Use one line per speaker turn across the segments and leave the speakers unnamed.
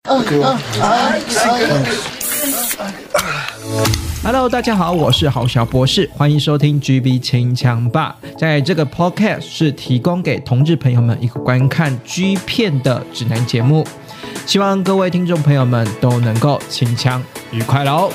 Hello， 大家好，我是郝小博士，欢迎收听 GB 清枪吧。在这个 podcast 是提供给同志朋友们一个观看 G 片的指南节目，希望各位听众朋友们都能够清枪愉快喽。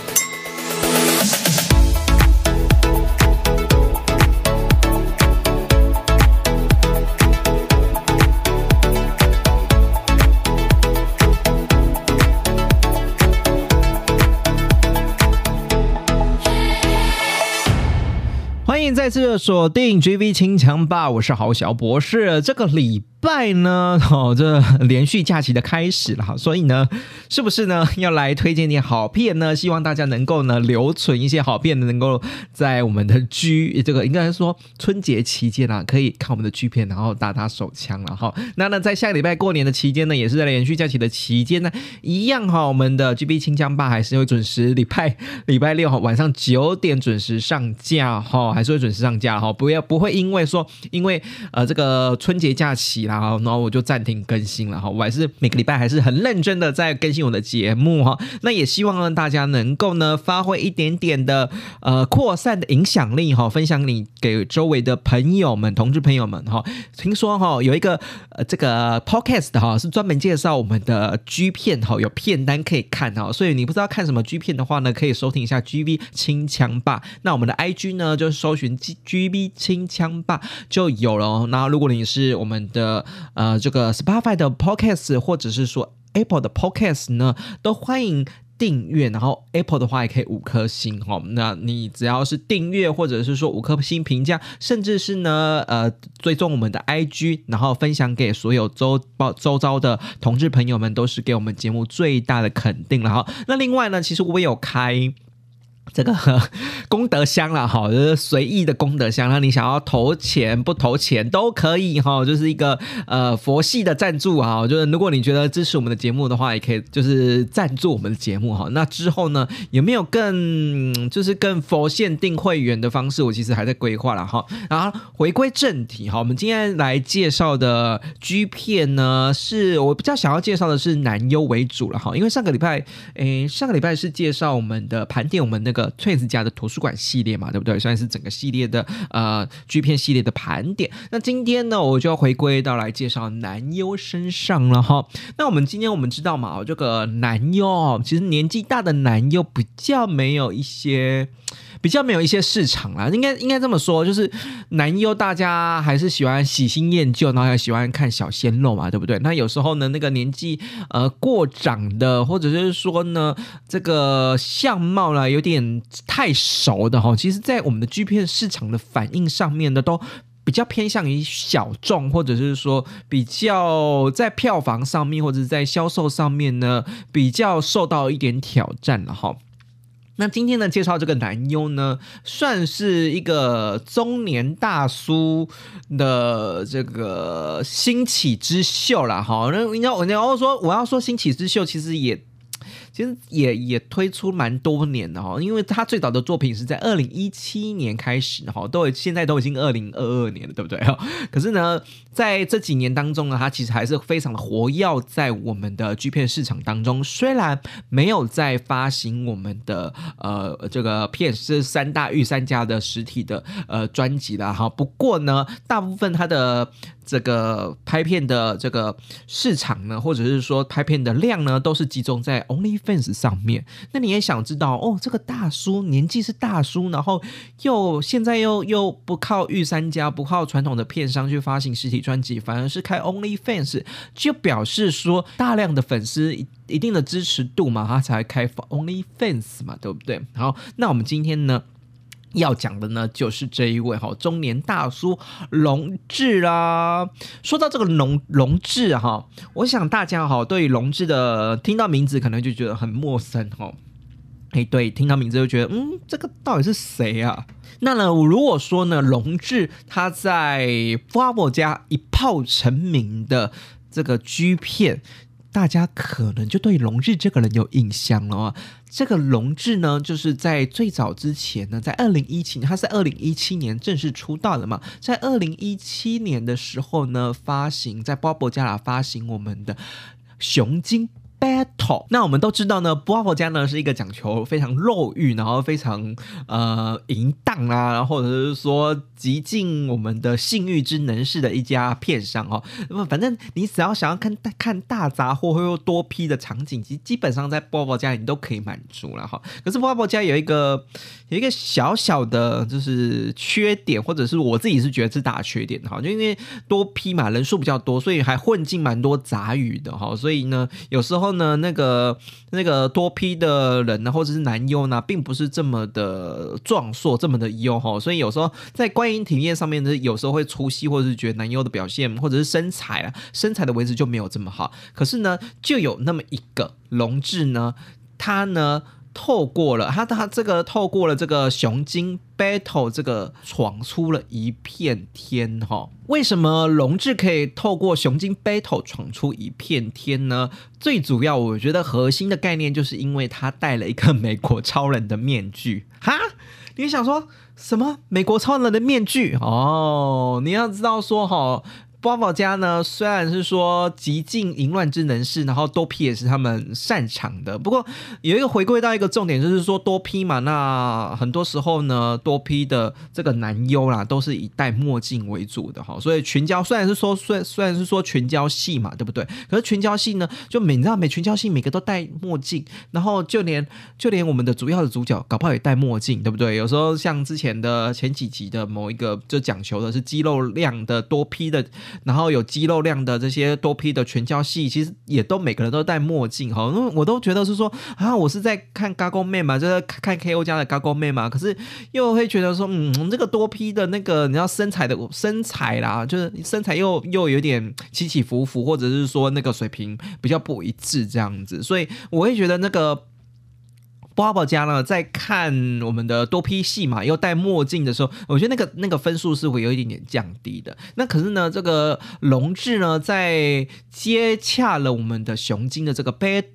欢迎再次锁定 GV 清枪吧，我是郝小博士。这个礼拜呢，这连续假期的开始了，所以呢，是不是呢要来推荐点好片呢？希望大家能够呢留存一些好片，能够在我们的这个应该说春节期间啊，可以看我们的G片，然后打打手枪了哈。那在下个礼拜过年的期间呢，也是在连续假期的期间呢，一样哈，我们的 GV 清枪吧还是会准时礼拜六晚上9点准时上架哈，还是会准时上架哈，不会因为这个春节假期啦，然后我就暂停更新了哈，我还是每个礼拜还是很认真的在更新我的节目哈。那也希望呢大家能够呢发挥一点点的扩散的影响力哈，分享你给周围的朋友们、同志朋友们哈。听说哈有一个这个 podcast 哈是专门介绍我们的 G 片哈，有片单可以看哈，所以你不知道看什么 G 片的话呢，可以收听一下 GV 清枪吧。那我们的 IG 呢就搜寻 GV 清枪吧就有了。那如果你是我们的这个 Spotify 的 podcast 或者是说 Apple 的 podcast 呢，都欢迎订阅，然后 Apple 的话也可以5颗星哈。那你只要是订阅或者是说5颗星评价，甚至是呢追踪我们的 IG， 然后分享给所有周遭的同志朋友们，都是给我们节目最大的肯定了哈。那另外呢，其实我有开这个功德箱啦哈，就是随意的功德箱，那你想要投钱不投钱都可以哈，就是一个佛系的赞助哈，就是如果你觉得支持我们的节目的话，也可以就是赞助我们的节目哈。那之后呢，有没有更佛限定会员的方式，我其实还在规划啦哈。然后回归正题哈，我们今天来介绍的 G 片呢，是我比较想要介绍的是男优为主了哈，因为上个礼拜是介绍我们的盘点我们那个Twins 家的图书馆系列嘛，对不对？算是整个系列的G 片系列的盘点。那今天呢，我就要回归到来介绍男优身上了哈。那今天我们知道嘛，这个男优其实年纪大的男优比较没有一些市场啦，应该这么说，就是男优大家还是喜欢喜新厌旧，然后也喜欢看小鲜肉嘛，对不对？那有时候呢，那个年纪过长的，或者是说呢，这个相貌啦有点太熟的哈，其实在我们的 G 片市场的反应上面呢，都比较偏向于小众，或者是说比较在票房上面或者是在销售上面呢，比较受到一点挑战了哈。那今天呢，介绍这个男优呢，算是一个中年大叔的这个新起之秀啦哈。那我要说新起之秀，其实也推出蛮多年的哈，因为他最早的作品是在2017年开始哈，现在都已经2022年了，对不对？可是呢，在这几年当中呢，他其实还是非常的活跃在我们的 G 片市场当中。虽然没有在发行我们的这个片是3大御三家的实体的专辑啦哈，不过呢，大部分他的这个拍片的这个市场呢，或者是说拍片的量呢，都是集中在 OnlyFans 上面。那你也想知道哦，这个大叔年纪是大叔，然后现在又不靠御三家，不靠传统的片商去发行实体专辑，反而是开 OnlyFans， 就表示说大量的粉丝一定的支持度嘛，他才开 OnlyFans 嘛，对不对？好，那我们今天呢要讲的呢，就是这一位中年大叔龙志啦。说到这个龙志哈，我想大家对于龙志的听到名字可能就觉得很陌生哈。对，听到名字就觉得这个到底是谁啊？那呢，如果说呢，龙志他在 Bravo 家一炮成名的这个 G 片，大家可能就对龙志这个人有印象了啊。这个龙志呢，就是在最早之前呢，在2017年，他是2017年正式出道的嘛，在2017年的时候呢，在 Bravo 家发行我们的雄金 Battle battle。那我们都知道呢，布拉伯家呢是一个讲求非常肉欲，然后非常淫荡啊，然后或者是说极尽我们的性欲之能事的一家片商哦。反正你只要想要看大杂货或又多批的场景，基本上在布拉伯家你都可以满足了哈。可是布拉伯家有一个小小的就是缺点，或者是我自己是觉得是大缺点哈，就因为多批嘛，人数比较多，所以还混进蛮多杂语的哈，所以呢，有时候呢，那个多批的人呢，或者是男优呢，并不是这么的壮硕，这么的优哈，所以有时候在观影体验上面呢，有时候会出戏，或者是觉得男优的表现，或者是身材的维持就没有这么好。可是呢，就有那么一个龙志呢，他呢透过了这个雄鹰 battle 这个闯出了一片天哈。为什么龙志可以透过雄鹰 battle 闯出一片天呢？最主要我觉得核心的概念就是因为他戴了一个美国超人的面具哈。你想说什么美国超人的面具哦？你要知道说哈，布拉伯家呢，虽然是说极尽淫乱之能事，然后多批也是他们擅长的。不过有一个回归到一个重点，就是说多批嘛，那很多时候呢，多批的这个男优啦，都是以戴墨镜为主的哈。所以群交虽然是说群交戏嘛，对不对？可是群交戏呢，你知道群交戏每个都戴墨镜，然后就连我们的主要的主角搞不好也戴墨镜，对不对？有时候像之前的前几集的某一个就讲求的是肌肉量的多批的。然后有肌肉量的这些多批的全交戏，其实也都每个人都戴墨镜哈，我都觉得是说啊，我是在看嘎勾妹嘛，就是看 KO 家的嘎勾妹嘛，可是又会觉得说，这个多批的那个你知道身材啦，就是身材又有点起起伏伏，或者是说那个水平比较不一致这样子，所以我会觉得那个。布拉伯家呢，在看我们的多批戏嘛，又戴墨镜的时候，我觉得那个分数是会有一点点降低的。那可是呢，这个龙志呢，在接洽了我们的雄鹰的这个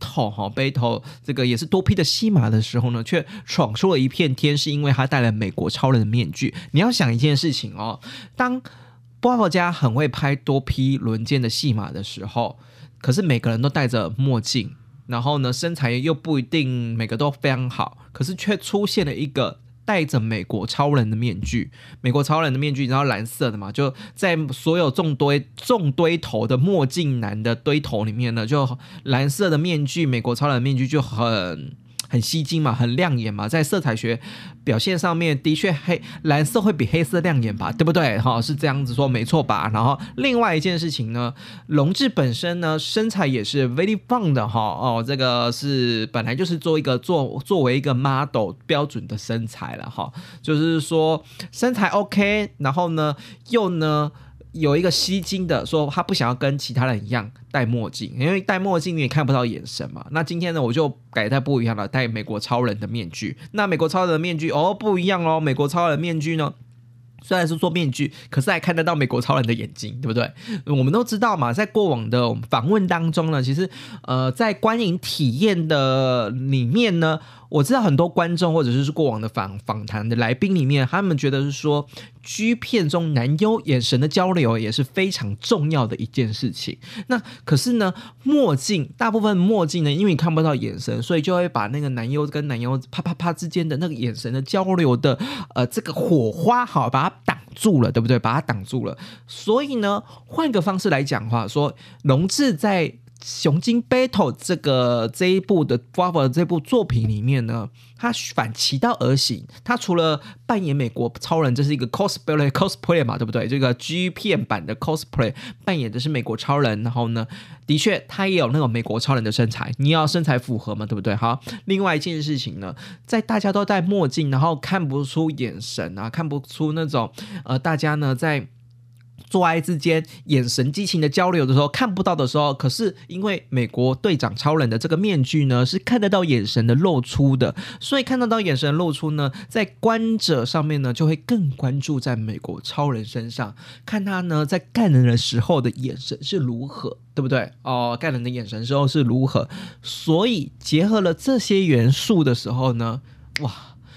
battle 这个也是多批的戏码的时候呢，却闯出了一片天，是因为他戴了美国超人的面具。你要想一件事情哦，当布拉伯家很会拍多批轮奸的戏码的时候，可是每个人都戴着墨镜。然后呢，身材又不一定每个都非常好，可是却出现了一个戴着美国超人的面具。美国超人的面具，然后蓝色的嘛，就在所有众堆头的墨镜男的堆头里面呢，就蓝色的面具，美国超人的面具就很吸睛嘛，很亮眼嘛，在色彩学表现上面的确蓝色会比黑色亮眼吧，对不对？是这样子说没错吧？然后另外一件事情呢，龙志本身呢身材也是 very fun 的这个是本来就是作为一个 model 标准的身材了就是说身材 OK， 然后呢又呢有一个吸睛的说他不想要跟其他人一样戴墨镜，因为戴墨镜你也看不到眼神嘛。那今天呢我就改戴不一样了，戴美国超人的面具。那美国超人的面具不一样哦，美国超人的面具呢虽然是做面具，可是还看得到美国超人的眼睛，对不对？我们都知道嘛，在过往的访问当中呢，其实在观影体验的里面呢，我知道很多观众或者是过往的访谈的来宾里面，他们觉得是说G 片中男优眼神的交流也是非常重要的一件事情。那可是呢，大部分墨镜呢，因为你看不到眼神，所以就会把那个男优跟男优啪啪啪之间的那个眼神的交流的这个火花把它挡住了，对不对？把它挡住了。所以呢，换个方式来讲话，说龙志在雄鹰 battle 这一部的 Bravo 这部作品里面呢，他反其道而行，他除了扮演美国超人，这是一个 cosplay 嘛，对不对？这个 G 片版的 cosplay 扮演的是美国超人，然后呢，的确他也有那种美国超人的身材，你要身材符合嘛，对不对？好，另外一件事情呢，在大家都戴墨镜，然后看不出眼神啊，看不出那种大家呢在做爱之间眼神激情的交流的时候看不到的时候，可是因为美国队长超人的这个面具呢是看得到眼神的露出的，所以看得到眼神的露出呢，在观者上面呢就会更关注在美国超人身上，看他呢在干人的时候的眼神是如何，对不对？干人的眼神时候是如何，所以结合了这些元素的时候呢，哇，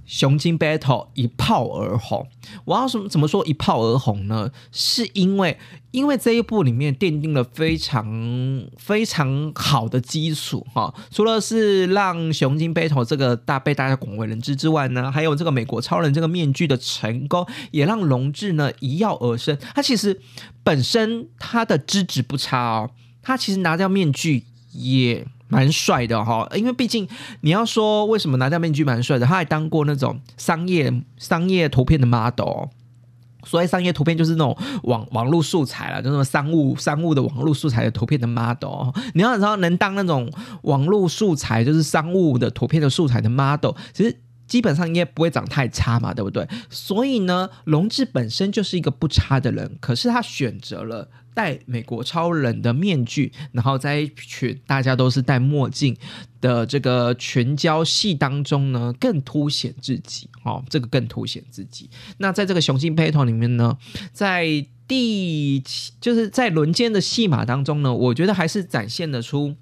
雄金 battle 一炮而红。我要怎么说一炮而红呢？是因为这一部里面奠定了非常非常好的基础哈。除了是让雄金 battle 这个被大家广为人知之外呢，还有这个美国超人这个面具的成功，也让龙志呢一跃而生。他其实本身他的资质不差哦，他其实拿掉面具也蛮帅的哈，因为毕竟你要说为什么拿掉面具蛮帅的，他还当过那种商业图片的 model 哦。所谓商业图片就是那种网络素材啦，就是商务的网络素材的图片的 model 哦。你要知道能当那种网络素材就是商务的图片的素材的 model， 其实基本上应该不会长太差嘛，对不对？所以呢，龙志本身就是一个不差的人，可是他选择了戴美国超人的面具，然后在一群大家都是戴墨镜的这个全交戏当中呢，更凸显自己哦，这个更凸显自己。那在这个雄性 battle 里面呢，就是在轮奸的戏码当中呢，我觉得还是展现出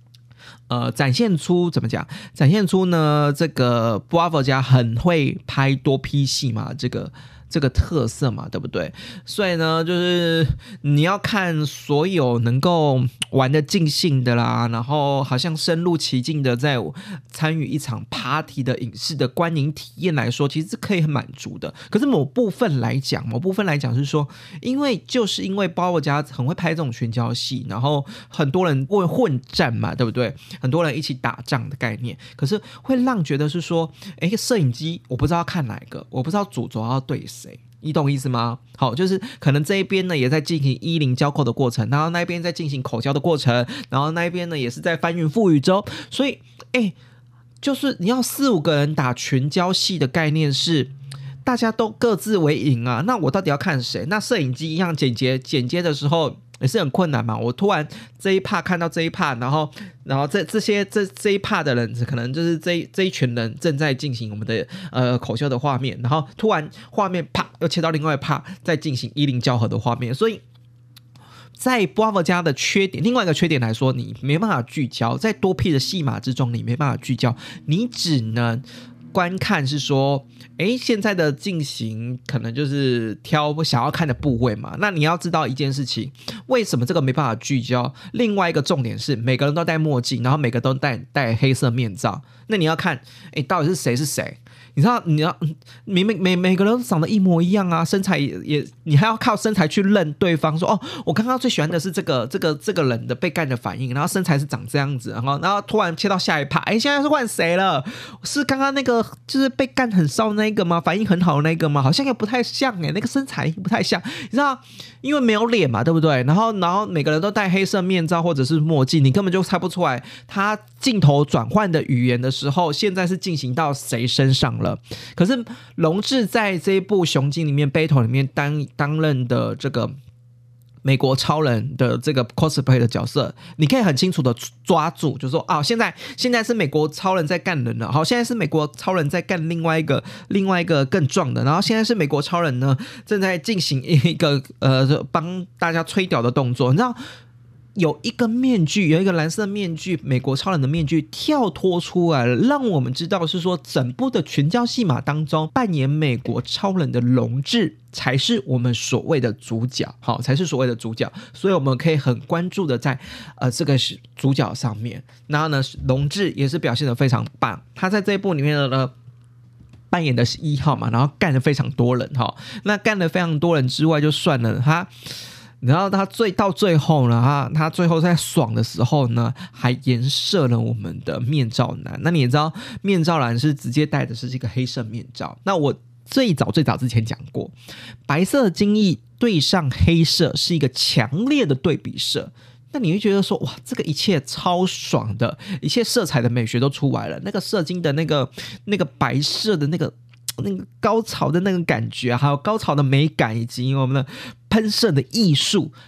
怎么讲？展现出呢，这个 Bravo 家很会拍多批戏嘛，这个特色嘛，对不对？所以呢，就是你要看所有能够玩得尽兴的啦，然后好像深入其境的在参与一场 party 的影视的观影体验来说，其实是可以很满足的。可是某部分来讲是说，因为Bravo家很会拍这种群交戏，然后很多人会混战嘛，对不对？很多人一起打仗的概念，可是会让觉得是说，摄影机我不知道要看哪一个，我不知道主轴要对谁。你懂意思吗？好，就是可能这一边呢也在进行10交扣的过程，然后那一边在进行口交的过程，然后那一边呢也是在翻云覆雨中，所以就是你要4-5个人打群交戏的概念是大家都各自为营啊，那我到底要看谁？那摄影机一样剪接的时候也是很困难嘛，我突然这一 part 看到这一 part， 然后这一 part 的人可能就是这一群人正在进行我们的口秀的画面，然后突然画面啪又切到另外一 part 再进行10交合的画面，所以在 Bravo 家的缺点，另外一个缺点来说，你没办法聚焦，在多批的戏码之中你没办法聚焦，你只能观看是说现在的进行可能就是挑想要看的部位嘛，那你要知道一件事情，为什么这个没办法聚焦，另外一个重点是每个人都戴墨镜，然后每个都戴黑色面罩，那你要看到底是谁是谁，你知道每个人都长得一模一样啊，身材也你还要靠身材去认对方，说我刚刚最喜欢的是这个人的被干的反应，然后身材是长这样子，然后突然切到下一趴，现在是换谁了？是刚刚那个就是被干很骚那个吗？反应很好的那个吗？好像也不太像那个身材不太像，你知道，因为没有脸嘛，对不对？然后每个人都戴黑色面罩或者是墨镜，你根本就猜不出来他镜头转换的语言的时候，现在是进行到谁身上了。可是龙志在这一部雄金里面 battle 里面担任的这个美国超人的这个 cosplay 的角色，你可以很清楚的抓住，就是说现在是美国超人在干人了，好，现在是美国超人在干另外一个更壮的，然后现在是美国超人呢正在进行一个帮大家吹屌的动作，你知道。有一个蓝色面具，美国超人的面具跳脱出来了，让我们知道是说整部的群交戏码当中扮演美国超人的龙志才是我们所谓的主角，好，才是所谓的主角，所以我们可以很关注的在这个主角上面。然后呢，龙志也是表现得非常棒，他在这一部里面呢扮演的是1号嘛，然后干了非常多人哈，那干了非常多人之外就算了，然后他到最后呢，他最后在爽的时候呢，还颜射了我们的面罩男。那你也知道，面罩男是直接戴的是这个黑色面罩。那我最早之前讲过，白色的精液对上黑色是一个强烈的对比色。那你会觉得说，哇，这个一切超爽的，一切色彩的美学都出来了。那个射精的那个白色的那个高潮的那个感觉，还有高潮的美感，以及我们的喷射的艺术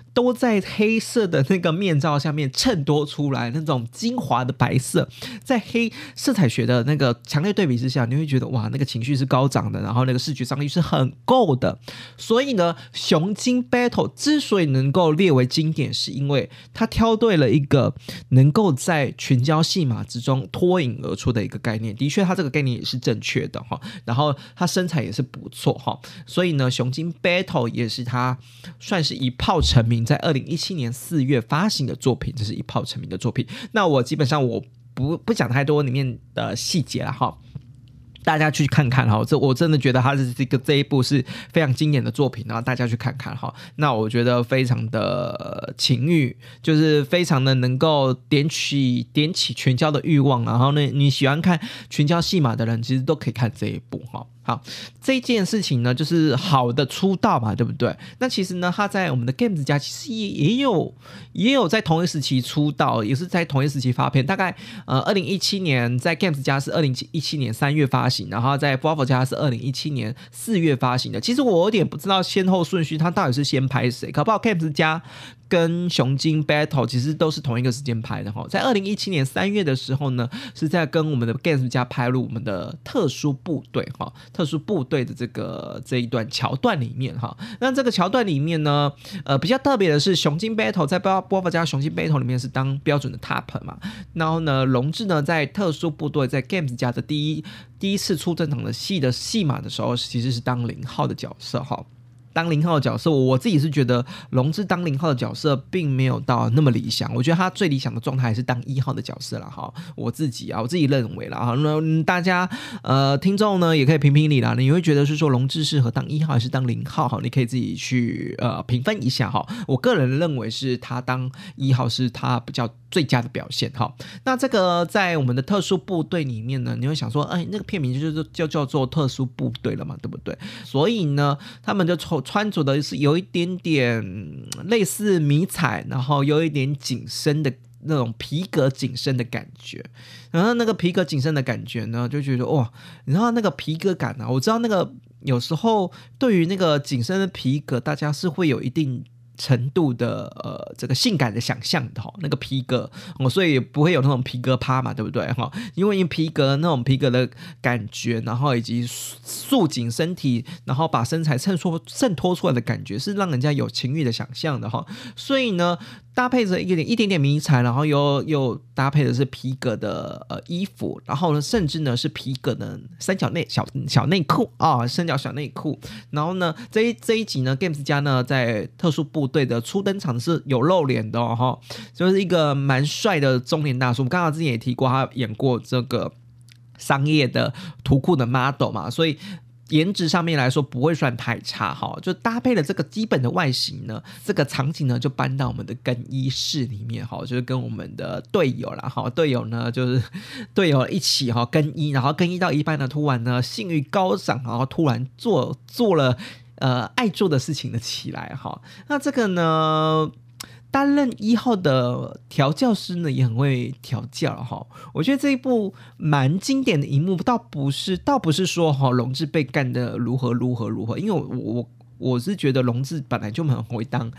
都在黑色的那个面罩下面衬托出来那种精华的白色，在黑色彩学的那个强烈对比之下，你会觉得哇，那个情绪是高涨的，然后那个视觉张力是很够的。所以呢，雄鹰 Battle 之所以能够列为经典，是因为它挑对了一个能够在群交戏码之中脱颖而出的一个概念。的确，它这个概念也是正确的哈，然后它身材也是不错哈，所以呢，雄鹰 Battle 也是它算是一炮成名，在2017年4月发行的作品，这是一炮成名的作品。那我基本上我不讲太多里面的细节了哈，大家去看看哈，我真的觉得它是这一部是非常经典的作品，然后大家去看看哈。那我觉得非常的情欲，就是非常的能够点起群交的欲望，然后呢，你喜欢看群交戏码的人，其实都可以看这一部哈。好，这件事情呢，就是好的出道嘛，对不对？那其实呢，他在我们的 Games 家其实也有在同一时期出道，也是在同一时期发片。大概2017年在 Games 家是2017年3月发行，然后在 Bravo 家是2017年4月发行的。其实我有点不知道先后顺序，他到底是先拍谁？搞不好 Games 家跟雄鹰 Battle 其实都是同一个时间拍的哈。在2017年3月的时候呢，是在跟我们的 Games 家拍入我们的特殊部队哈，特殊部队的这一段桥段里面哈。那这个桥段里面呢，比较特别的是雄鹰 Battle 在 Bravo 家雄鹰 Battle 里面是当标准的 Top 嘛，然后呢，龙志呢在特殊部队在 Games 家的第一次出正场的戏码的时候，其实是当0号的角色哈。当0号的角色，我自己是觉得龙志当0号的角色并没有到那么理想，我觉得他最理想的状态还是当1号的角色啦哈。我自己认为啦哈，那大家听众呢也可以评评理啦，你会觉得是说龙志适合当1号还是当0号哈？你可以自己去评分一下哈。我个人认为是他当1号是他比较最佳的表现哈。那这个在我们的特殊部队里面呢，你会想说，那个片名就叫做特殊部队了嘛，对不对？所以呢，他们就穿着的是有一点点类似迷彩，然后有一点紧身的那种皮革紧身的感觉，然后那个皮革紧身的感觉呢，就觉得哇，然后那个皮革感啊，我知道那个有时候对于那个紧身的皮革，大家是会有一定程度的这个性感的想象的那个皮革所以不会有那种皮革趴嘛，对不对因为皮革那种皮革的感觉，然后以及束紧身体，然后把身材衬托出来的感觉，是让人家有情欲的想象的所以呢，搭配着一点点迷彩，然后又搭配的是皮革的衣服，然后呢，甚至呢是皮革的三角小内裤三角小内裤，然后呢这一集呢 Games 家呢在特殊部队的初登场是有露脸的就是一个蛮帅的中年大叔。我们刚刚之前也提过，他演过这个商业的图库的 model 嘛，所以颜值上面来说不会算太差就搭配了这个基本的外形呢，这个场景呢就搬到我们的更衣室里面就是跟我们的队友啦队友呢就是队友一起更衣，然后更衣到一半呢，突然呢性欲高涨，然后突然做了爱做的事情的起来那这个呢，担任1号的调教师呢也很会调教我觉得这一部蛮经典的一幕，倒不是说龙志被干的如何，因为我是觉得龙志本来就很会当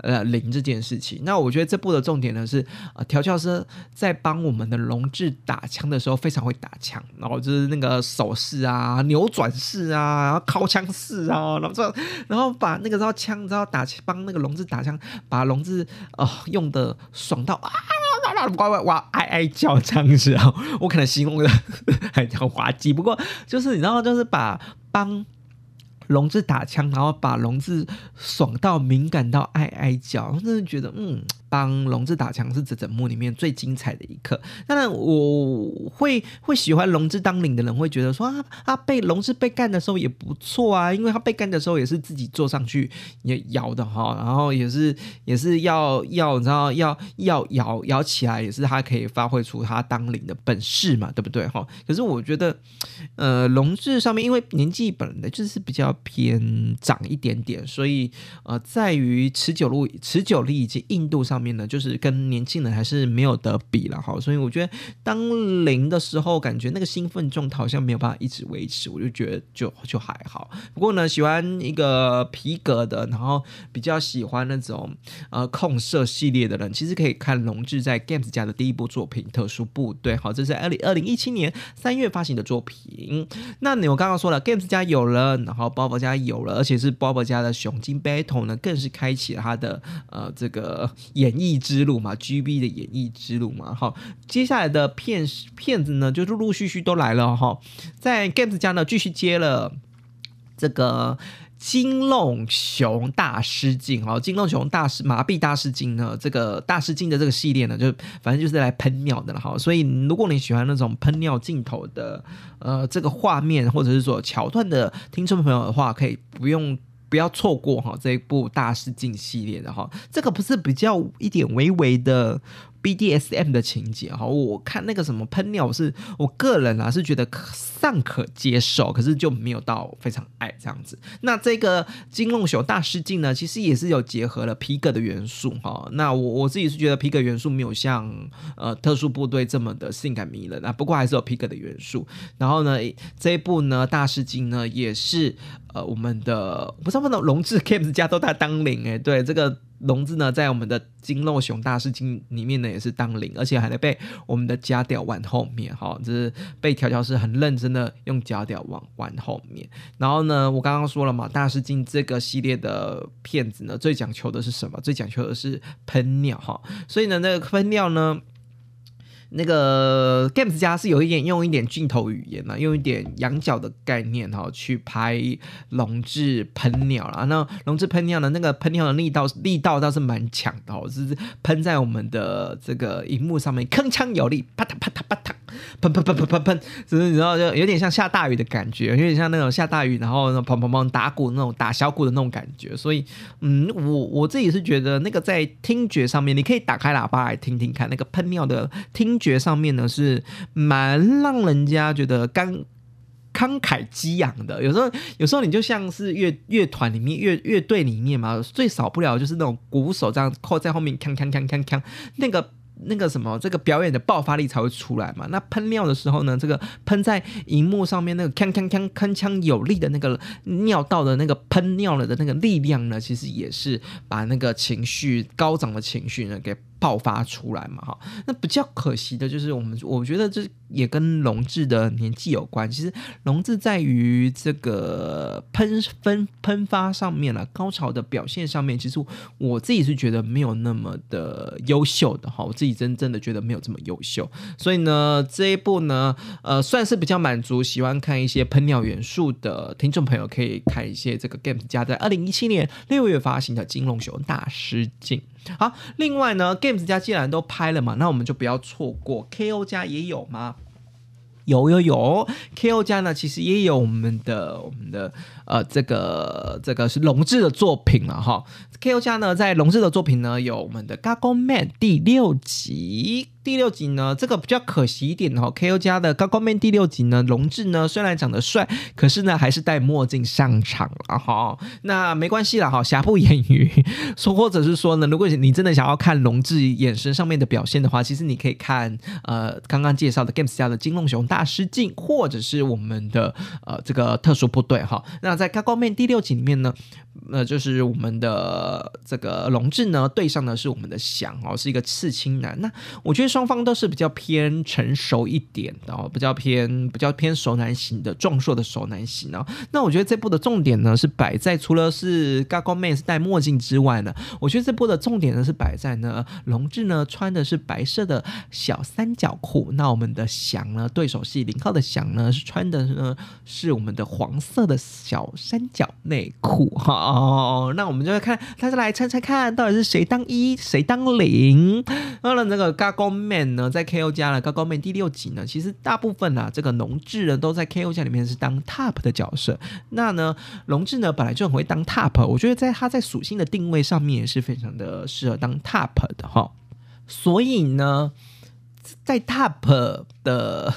0这件事情。那我觉得这部的重点呢是调教师在帮我们的龙志打枪的时候非常会打枪，然后就是那个手势啊、扭转式啊、然后靠枪式啊，然后把那个时候枪帮那个龙志打枪，把龙志用的爽到哇哀叫这样子我可能形容的很滑稽，不过就是你知道，就是帮龙志打枪，然后把龙志爽到敏感到哀叫，我真的觉得帮龙志打枪是这整幕里面最精彩的一刻。当然我会喜欢龙志当0的人会觉得说他被龙志被干的时候也不错啊，因为他被干的时候也是自己坐上去也摇的然后也是要你知道要摇起来，也是他可以发挥出他当0的本事嘛，对不对可是我觉得龙志上面因为年纪本来就是比较偏长一点点，所以在于持久力以及硬度上上面呢，就是跟年轻人还是没有得比了哈。所以我觉得当零的时候，感觉那个兴奋状态好像没有办法一直维持，我就觉得就还好。不过呢，喜欢一个皮革的，然后比较喜欢那种控射系列的人，其实可以看龙志在 Games 家的第一部作品《特殊部队》。好，这是2017年3月发行的作品。那我刚刚说了 ，Games 家有了，然后 Bob 家有了，而且是 Bob 家的雄金 Battle 呢，更是开启了他的这个演艺之路嘛 ，GB 的演艺之路嘛。好，接下来的片子呢，就陆陆续续都来了哈，在 Games 家呢继续接了这个金龙熊大师镜，金龙熊大师麻痹大师镜呢，这个大师镜的这个系列呢，就反正就是来喷尿的了哈。所以如果你喜欢那种喷尿镜头的这个画面或者是说桥段的听众朋友的话，可以不要错过哈这一部大师镜系列的哈。这个不是比较一点微微的BDSM 的情节哈，我看那个什么喷尿，我个人是觉得尚可接受，可是就没有到非常爱这样子。那这个金龙熊大师镜呢，其实也是有结合了皮革的元素哈。那我自己是觉得皮革元素没有像特殊部队这么的性感迷人啊，不过还是有皮革的元素。然后呢，这一部呢大师镜呢也是我们的不知道龙志 Games 家都在当零对这个。龙志呢，在我们的金肉熊大师镜里面呢，也是当零，而且还得被我们的假屌玩后面，就是被调教师很认真的用假屌玩后面。然后呢，我刚刚说了嘛，大师镜这个系列的片子呢，最讲求的是什么？最讲求的是喷尿哈。所以呢，那个喷尿呢。那个 Games 家是用一点镜头语言用一点仰角的概念去拍龙志喷尿啦。那龙志喷尿呢，那个喷尿的力道倒是蛮强的就是喷在我们的这个荧幕上面，铿锵有力，啪嗒啪嗒啪嗒，喷喷喷喷喷喷，就是你知道，就有点像下大雨的感觉，有点像那种下大雨，然后砰砰砰打鼓那种打小鼓的那种感觉。所以，我自己是觉得那个在听觉上面，你可以打开喇叭来听听看，那个喷尿的听觉上面呢是蛮让人家觉得慷慨激昂的。有时候你就像是乐团里面乐队里面嘛，最少不了就是那种鼓手这样扣在后面锵锵锵锵锵，那个什么，这个表演的爆发力才会出来嘛。那喷尿的时候呢，这个喷在荧幕上面那个锵锵锵铿锵有力的那个尿道的那个喷尿了的那个力量呢，其实也是把那个情绪高涨的情绪呢给爆发出来嘛哈。那比较可惜的就是我觉得这也跟龙志的年纪有关。其实龙志在于这个喷发上面高潮的表现上面，其实我自己是觉得没有那么的优秀的哈。我自己真的觉得没有这么优秀，所以呢这一部呢算是比较满足喜欢看一些喷尿元素的听众朋友，可以看一些这个 Games 家在2017年6月发行的金龙熊大师镜。好，另外呢 Games 家既然都拍了嘛，那我们就不要错过 KO 家也有吗？有 KO 家呢其实也有我们的这个是龙志的作品了哈。KO 家呢在龙志的作品呢有我们的 Gago Man 第6集呢，这个比较可惜一点KO 家的 Gago Man 第6集呢，龙志呢虽然长得帅，可是呢还是戴墨镜上场了哈。那没关系啦哈，瑕不掩瑜，或者是说呢，如果你真的想要看龙志眼神上面的表现的话，其实你可以看刚刚介绍的 Games 家的金龙熊大师镜，或者是我们的这个特殊部队哈。那在 Gago Man 第6集里面呢，就是我们的这个龙志呢对上的是我们的翔是一个刺青男。那我觉得双方都是比较偏成熟一点的比较偏熟男型的壮硕的熟男型那我觉得这部的重点呢是摆在除了是 Gago Man 是戴墨镜之外呢，我觉得这部的重点呢是摆在呢龙志呢穿的是白色的小三角裤，那我们的翔呢对手戏0号的翔呢是穿的呢是我们的黄色的小三角内裤那我们就会看大家来猜猜看到底是谁当1谁当0。那这个 Gago Man 呢在 KO 家呢 Gago Man 第6集呢，其实大部分这个龙志呢都在 KO 家里面是当 top 的角色。那呢龙志呢本来就很会当 top， 我觉得他在属性的定位上面也是非常的适合当 top 的所以呢在 top 的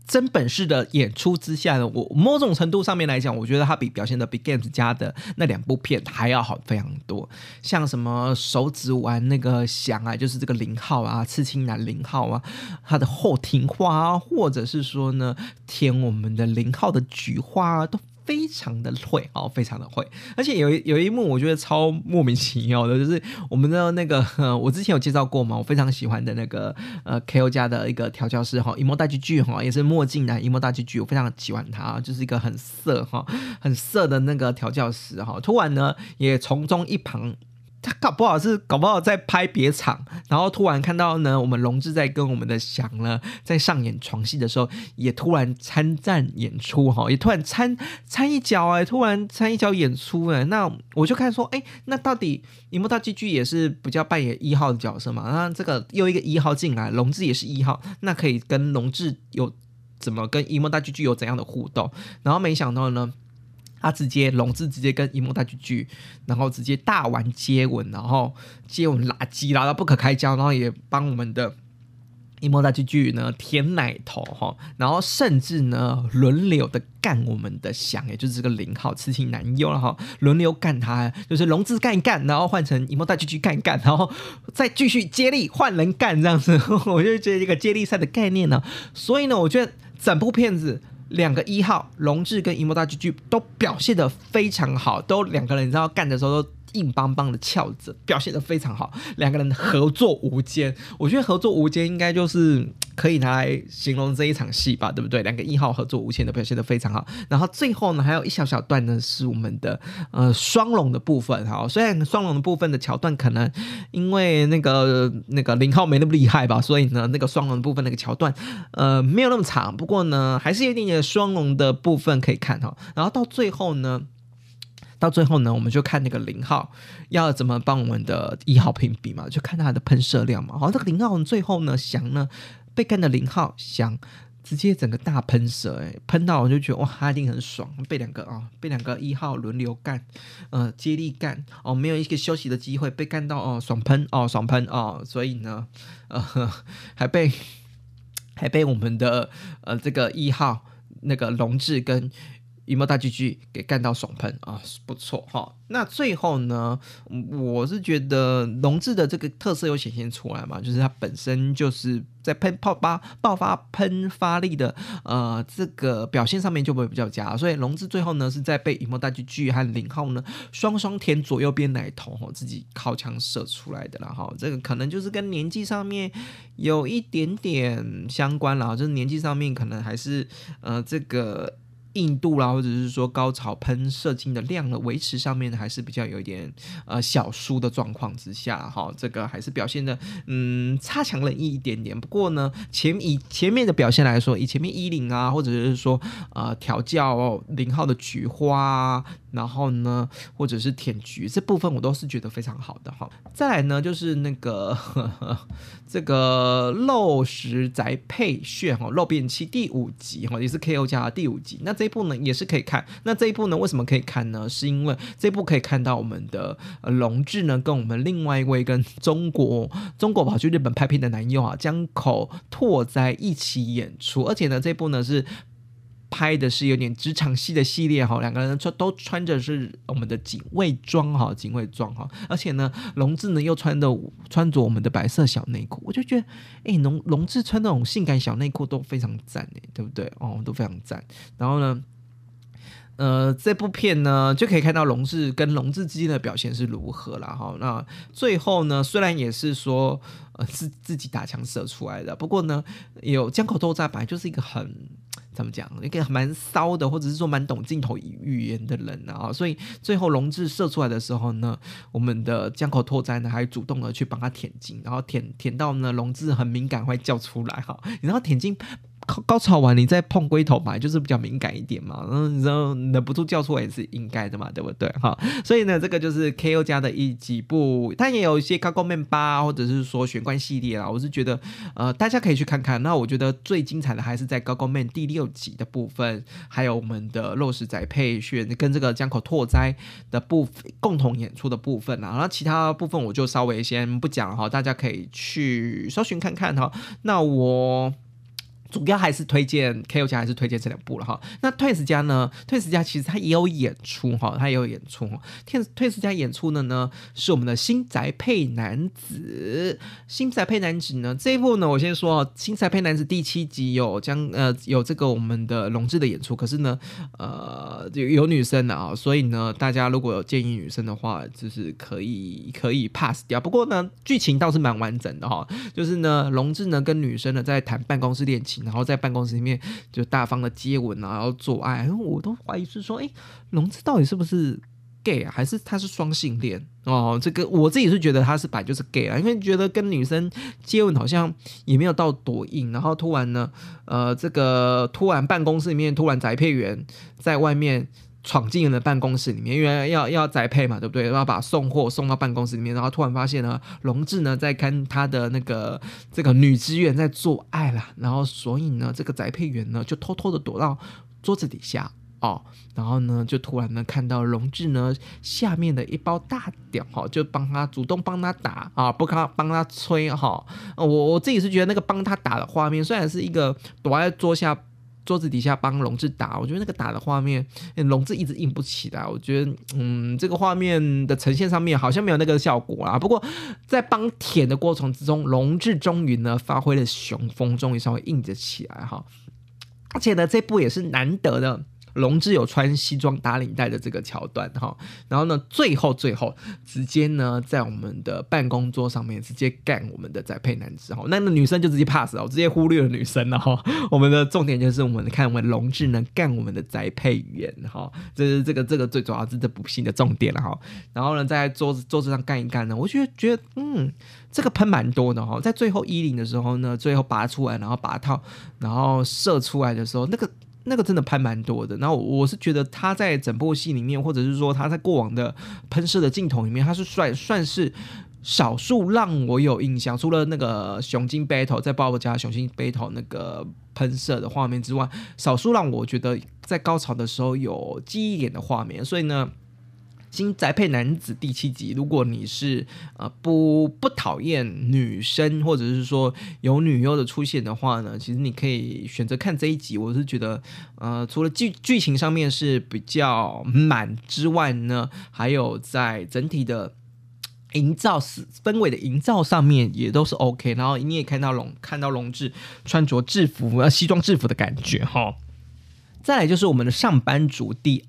真本事的演出之下呢，我某种程度上面来讲，我觉得他比表现的 Big Games 家的那2部片还要好非常多。像什么手指玩那个响啊，就是这个0号啊，刺青男0号啊，他的后庭花啊，或者是说呢，填我们的0号的菊花啊，都非常的会非常的会。而且有一幕我觉得超莫名其妙的，就是我们的那个我之前有介绍过嘛，我非常喜欢的那个KO 家的一个调教师一模大巨巨也是墨镜男一模大巨巨，我非常喜欢他，就是一个很色的那个调教师突然呢也从中一旁。他搞不好在拍别场，然后突然看到呢，我们龙志在跟我们的翔呢在上演床戏的时候，也突然参战演出也突然参一脚突然参一脚演出那我就看说那到底樱木大巨巨也是比较扮演1号的角色嘛？那这个又一个1号进来，龙志也是1号，那可以跟龙志有怎么跟樱木大巨巨有怎样的互动？然后没想到呢。他龙志直接跟樱木大巨巨，然后直接大玩接吻，然后接吻拉鸡拉到不可开交，然后也帮我们的樱木大巨巨呢舔奶头然后甚至呢轮流的干我们的翔，也就是这个0号痴情男优了轮流干他，就是龙志干一干，然后换成樱木大巨巨干一干，然后再继续接力换人干这样子，我就觉得一个接力赛的概念呢。所以呢，我觉得整部片子。2个1号龙志跟樱木大巨巨都表现得非常好，都2个人你知道干的时候都硬邦邦的翘着，表现得非常好，2个人合作无间。我觉得合作无间应该就是可以拿来形容这一场戏吧，对不对？2个1号合作无间的表现得非常好。然后最后呢，还有一小小段呢是我们的双龙的部分虽然双龙的部分的桥段可能因为那个0号没那么厉害吧，所以呢那个双龙的部分那个桥段没有那么长，不过呢还是有一点点双龙的部分可以看然后到最后呢，我们就看那个0号要怎么帮我们的1号评比嘛，就看他的喷射量嘛。这个0号最后呢，翔呢被干的0号翔直接整个大喷射，喷到我就觉得哇，他一定很爽，被两个1号轮流干，接力干没有一个休息的机会，被干到爽喷所以呢，还被我们的这个1号那个龙志跟樱木大巨巨给干到爽喷不错那最后呢，我是觉得龙志的这个特色有显现出来嘛，就是他本身就是在爆发喷发力的这个表现上面就会比较佳，所以龙志最后呢是在被樱木大巨巨和0号呢双填左右边奶头自己靠枪射出来的啦这个可能就是跟年纪上面有一点点相关啦，就是年纪上面可能还是这个硬度啦，或者是说高潮喷射精的量的维持上面还是比较有一点小输的状况之下这个还是表现的差强人意一点点。不过呢以前面的表现来说，以前面10啊，或者是说调教0号的菊花然后呢或者是舔菊这部分我都是觉得非常好的再来呢就是那个这个肉食宅配炫肉变器第5集也是 KO 家的第5集，那这一部呢也是可以看。那这一部呢为什么可以看呢？是因为这一部可以看到我们的龙志呢跟我们另外一位跟中国跑去日本拍片的男优江口拓哉一起演出，而且呢这一部呢是拍的是有点职场戏的系列2个人都穿着是我们的警卫装而且呢龙志呢又穿着我们的白色小内裤，我就觉得龙志穿那种性感小内裤都非常赞对不对都非常赞。然后呢这部片呢就可以看到龙志跟龙志之间的表现是如何啦那最后呢虽然也是说是自己打枪射出来的，不过呢有江口拓哉本来就是一个很怎么讲，一个蛮骚的，或者是说蛮懂镜头语言的人所以最后龙志射出来的时候呢，我们的江口拓哉呢还主动的去帮他舔精，然后舔到呢龙志很敏感会叫出来你知道舔精高潮完你再碰龟头吧，就是比较敏感一点嘛，然后忍不住叫出来也是应该的嘛，对不对所以呢这个就是 KO 家的几部，它也有一些高高面8或者是说玄关系列啦，我是觉得大家可以去看看。那我觉得最精彩的还是在高高面第6集的部分，还有我们的肉食仔配炫跟这个江口拓哉的部分共同演出的部分然后其他部分我就稍微先不讲了大家可以去搜寻看看那我主要还是推荐 KO 家，还是推荐这2部了哈。那 Twins 家呢？Twins 家其实他也有演出哈，他也有演出。Twins 家演出的呢是我们的新宅配男子。新宅配男子呢这一部呢，我先说新宅配男子第7集有这个我们的龙志的演出，可是呢有女生的啊，所以呢大家如果有建议女生的话，就是可以 pass 掉。不过呢剧情倒是蛮完整的哈，就是呢龙志呢跟女生呢在谈办公室恋情。然后在办公室里面就大方的接吻啊，然后做爱，我都怀疑是说，龙志到底是不是 gay 啊，还是他是双性恋哦？这个我自己是觉得他是本来就是 gay 啊，因为觉得跟女生接吻好像也没有到多硬，然后突然呢，这个突然办公室里面突然宅配员在外面闯进了办公室里面，因为要宅配嘛，对不对？要把送货送到办公室里面，然后突然发现呢，龙志呢在跟他的这个女职员在做爱啦，然后所以呢，这个宅配员呢就偷偷的躲到桌子底下哦，然后呢就突然呢看到龙志呢下面的一包大屌哈，就主动帮他打啊，不帮他吹哈。我自己是觉得那个帮他打的画面，虽然是一个躲在桌子底下帮龙志打，我觉得那个打的画面，龙志一直硬不起来。我觉得，这个画面的呈现上面好像没有那个效果啦。不过在帮舔的过程之中，龙志终于呢发挥了雄风，终于稍微硬着起来哈。而且呢，这部也是难得的。龙志有穿西装打领带的这个桥段哈，然后呢，最后直接呢在我们的办公桌上面直接干我们的宅配男子哈，那女生就直接 pass 了，我直接忽略了女生了哈。我们的重点就是我们看我们龙志呢干我们的宅配员哈，这是这个最主要是这部戏的重点了哈。然后呢，在桌子上干一干呢，我觉得这个喷蛮多的哈，在最后10的时候呢，最后拔出来，然后拔套，然后射出来的时候，那个真的拍蛮多的，然后我是觉得他在整部戏里面，或者是说他在过往的喷射的镜头里面，他是算是少数让我有印象，除了那个雄鹰 battle 在鲍勃家雄鹰 battle 那个喷射的画面之外，少数让我觉得在高潮的时候有记忆点的画面，所以呢。新宅配男子第7集，如果你是不讨厌女生，或者是说有女优的出现的话呢，其实你可以选择看这一集。我是觉得除了剧情上面是比较满之外呢，还有在整体的营造氛围的营造上面也都是 OK， 然后你也看到龙志穿着制服西装制服的感觉齁。再来就是我们的上班族第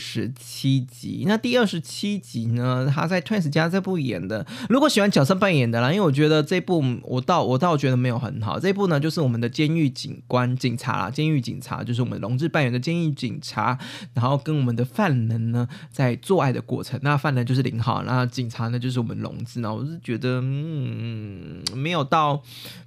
27集，那第27集呢，他在 Twins 家这部演的，如果喜欢角色扮演的啦，因为我觉得这部我倒觉得没有很好，这部呢就是我们的监狱警察啦，监狱警察就是我们龙志扮演的监狱警察，然后跟我们的犯人呢在做爱的过程，那犯人就是0号，那警察呢就是我们龙志，那我是觉得没有到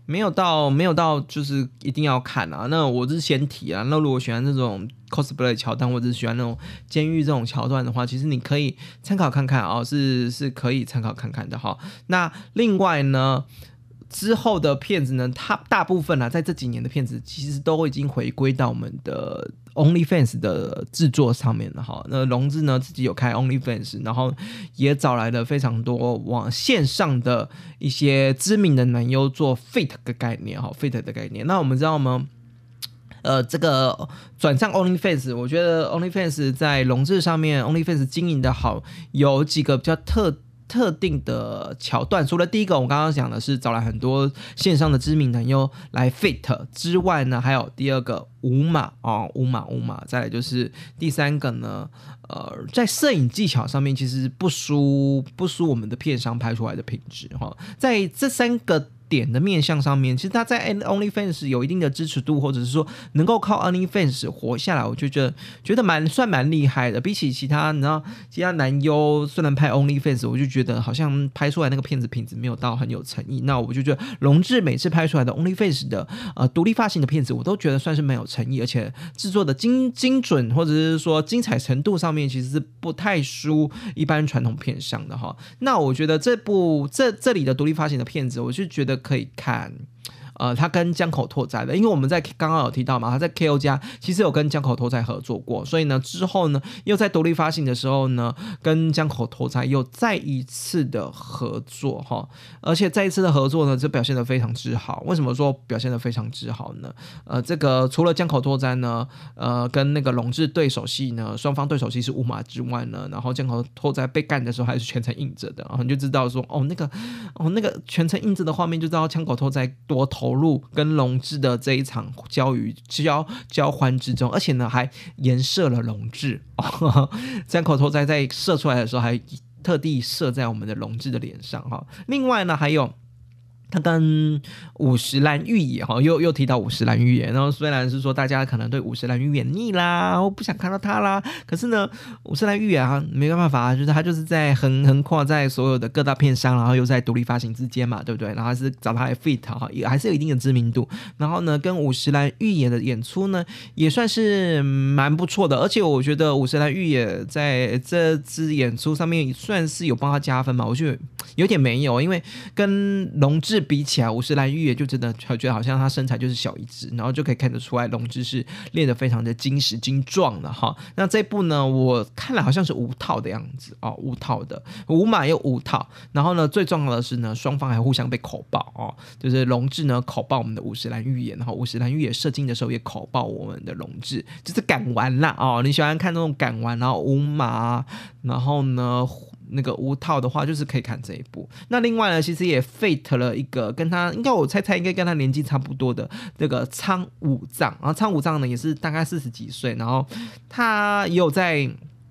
就是一定要看啊，那我是先提啊，那如果喜欢这种cosplay 桥段，或者是喜欢那种监狱这种桥段的话，其实你可以参考看看哦，是可以参考看看的哈。那另外呢，之后的片子呢，它大部分在这几年的片子，其实都已经回归到我们的 OnlyFans 的制作上面了哈。那龙志呢自己有开 OnlyFans， 然后也找来了非常多往线上的一些知名的男优做 fit 的概念哈 ，fit 的概念。那我们知道吗？这个转上 OnlyFans， 我觉得 OnlyFans 在龙志上面 OnlyFans 经营的好，有几个比较特定的桥段。除了第一个我刚刚讲的是找来很多线上的知名男优来 fit 之外呢，还有第二个五马，再来就是第三个呢，在摄影技巧上面其实不输我们的片商拍出来的品质哈，在这3个点的面向上面，其实他在 OnlyFans 有一定的支持度，或者是说能够靠 OnlyFans 活下来，我就觉得算蛮厉害的。比起其他男优虽然拍 OnlyFans， 我就觉得好像拍出来那个片子品质没有到很有诚意。那我就觉得龙志每次拍出来的 OnlyFans 的独立发行的片子，我都觉得算是蛮有诚意，而且制作的精准或者是说精彩程度上面，其实是不太输一般传统片商的哈。那我觉得这里的独立发行的片子，我就觉得可以看他跟江口拓哉的，因为我们在刚刚有提到嘛，他在 KO 家其实有跟江口拓哉合作过，所以呢之后呢又在独立发行的时候呢跟江口拓哉又再一次的合作哈，而且再一次的合作呢就表现得非常之好。为什么说表现得非常之好呢？这个除了江口拓哉呢跟那个龙志对手戏呢，双方对手戏是五马之外呢，然后江口拓哉被干的时候还是全程硬着的，然后你就知道说那个全程硬着的画面就知道江口拓哉多投入跟龙志的这一场交欢之中，而且呢还颜射了龙志，江口拓哉在射出来的时候还特地射在我们的龙志的脸上哈。另外呢还有他跟五十岚玉野又提到五十岚玉野，然后虽然是说大家可能对五十岚玉野腻啦，我不想看到他啦，可是呢五十岚玉野没办法，就是他就是在横跨在所有的各大片商，然后又在独立发行之间嘛，对不对？然后还是找他来 fit 也还是有一定的知名度。然后呢跟五十岚玉野的演出呢也算是蛮不错的，而且我觉得五十岚玉野在这支演出上面算是有帮他加分嘛，我觉得有点没有，因为跟龙志比起来，五十岚玉野就真的觉得好像他身材就是小一只，然后就可以看得出来龙志是练得非常的精实精壮的哈。那这部呢我看了好像是无套的样子无套的五马又无套，然后呢最重要的是呢双方还互相被口爆就是龙志呢口爆我们的五十岚玉野，然后五十岚玉野射精的时候也口爆我们的龙志，就是敢玩啦你喜欢看那种敢玩，然后五马，然后呢那个无套的话就是可以看这一部。那另外呢其实也 fate 了一个跟他应该我猜应该跟他年纪差不多的那个苍武藏，然后苍武藏呢也是大概40几岁，然后他也有在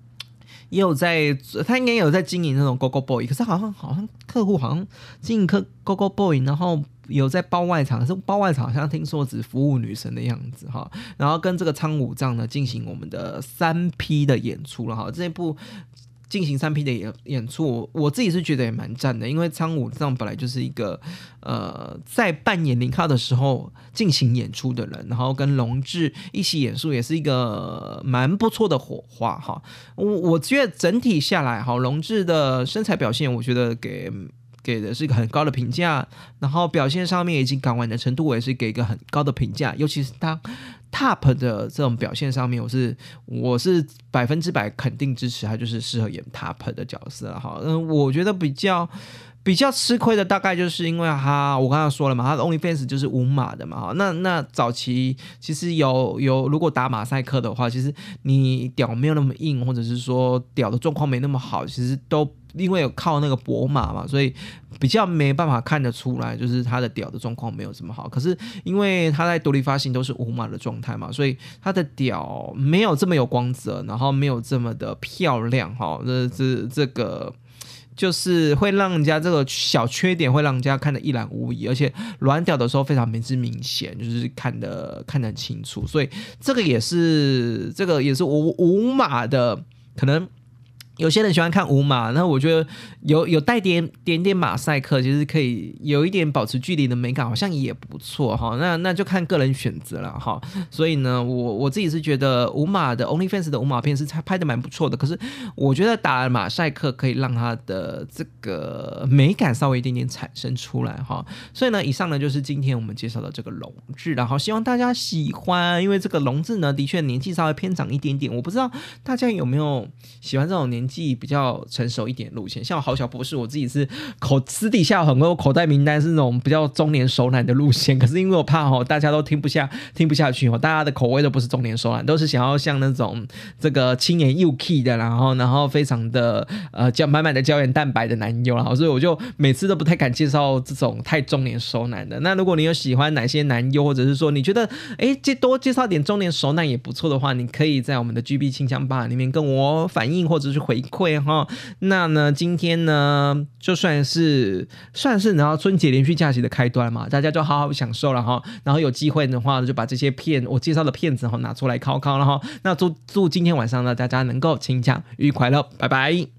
他应该也有在经营那种 Go Go Boy， 可是好像客户好像经营Go Go Boy， 然后有在包外场，可是包外场好像听说只服务女神的样子哈。然后跟这个苍武藏呢进行我们的3P 的演出了哈。这一部进行3P 的演出，我自己是觉得也蛮赞的，因为苍武藏本来就是一个在扮演林浩的时候进行演出的人，然后跟龙志一起演出也是一个蛮不错的火花哈。我觉得整体下来龙志的身材表现我觉得给的是一个很高的评价，然后表现上面已经敢玩的程度我也是给一个很高的评价，尤其是他Top 的这种表现上面，我是100%肯定支持他，就是适合演 Top 的角色了哈。我觉得比较吃亏的大概就是因为我刚才说了嘛，他的 OnlyFans 就是无码的嘛，那早期其实有如果打马赛克的话，其实你屌没有那么硬，或者是说屌的状况没那么好，其实都因为有靠那个薄码嘛，所以比较没办法看得出来，就是他的屌的状况没有这么好。可是因为他在独立发行都是无码的状态嘛，所以他的屌没有这么有光泽，然后没有这么的漂亮哈。这个就是会让人家这个小缺点会让人家看得一览无遗，而且软屌的时候非常明显，就是看得很清楚，所以这个也是无码的，可能有些人喜欢看无码，那我觉得有带点马赛克，其实可以有一点保持距离的美感，好像也不错哈。那就看个人选择了哈。所以呢，我自己是觉得无码的 OnlyFans 的无码片是拍的蛮不错的，可是我觉得打马赛克可以让它的这个美感稍微一点点产生出来哈。所以呢，以上呢就是今天我们介绍的这个龙志，然后希望大家喜欢，因为这个龙志呢的确年纪稍微偏长一点点，我不知道大家有没有喜欢这种年纪比较成熟一点的路线，像我好小博士，我自己是私底下很多口袋名单是那种比较中年熟男的路线，可是因为我怕大家都听不下去大家的口味都不是中年熟男，都是想要像那种这个青年幼 key 的，然后非常的满满的胶原蛋白的男优，然后所以我就每次都不太敢介绍这种太中年熟男的。那如果你有喜欢哪些男优，或者是说你觉得多介绍点中年熟男也不错的话，你可以在我们的 GB 清枪吧里面跟我反映或者是回馈哈。那呢今天呢就算是然后春节连续假期的开端嘛，大家就好好享受了哈。然后有机会的话就把这些我介绍的片子拿出来考考了哈。那祝今天晚上呢大家能够清枪愉快乐，拜拜。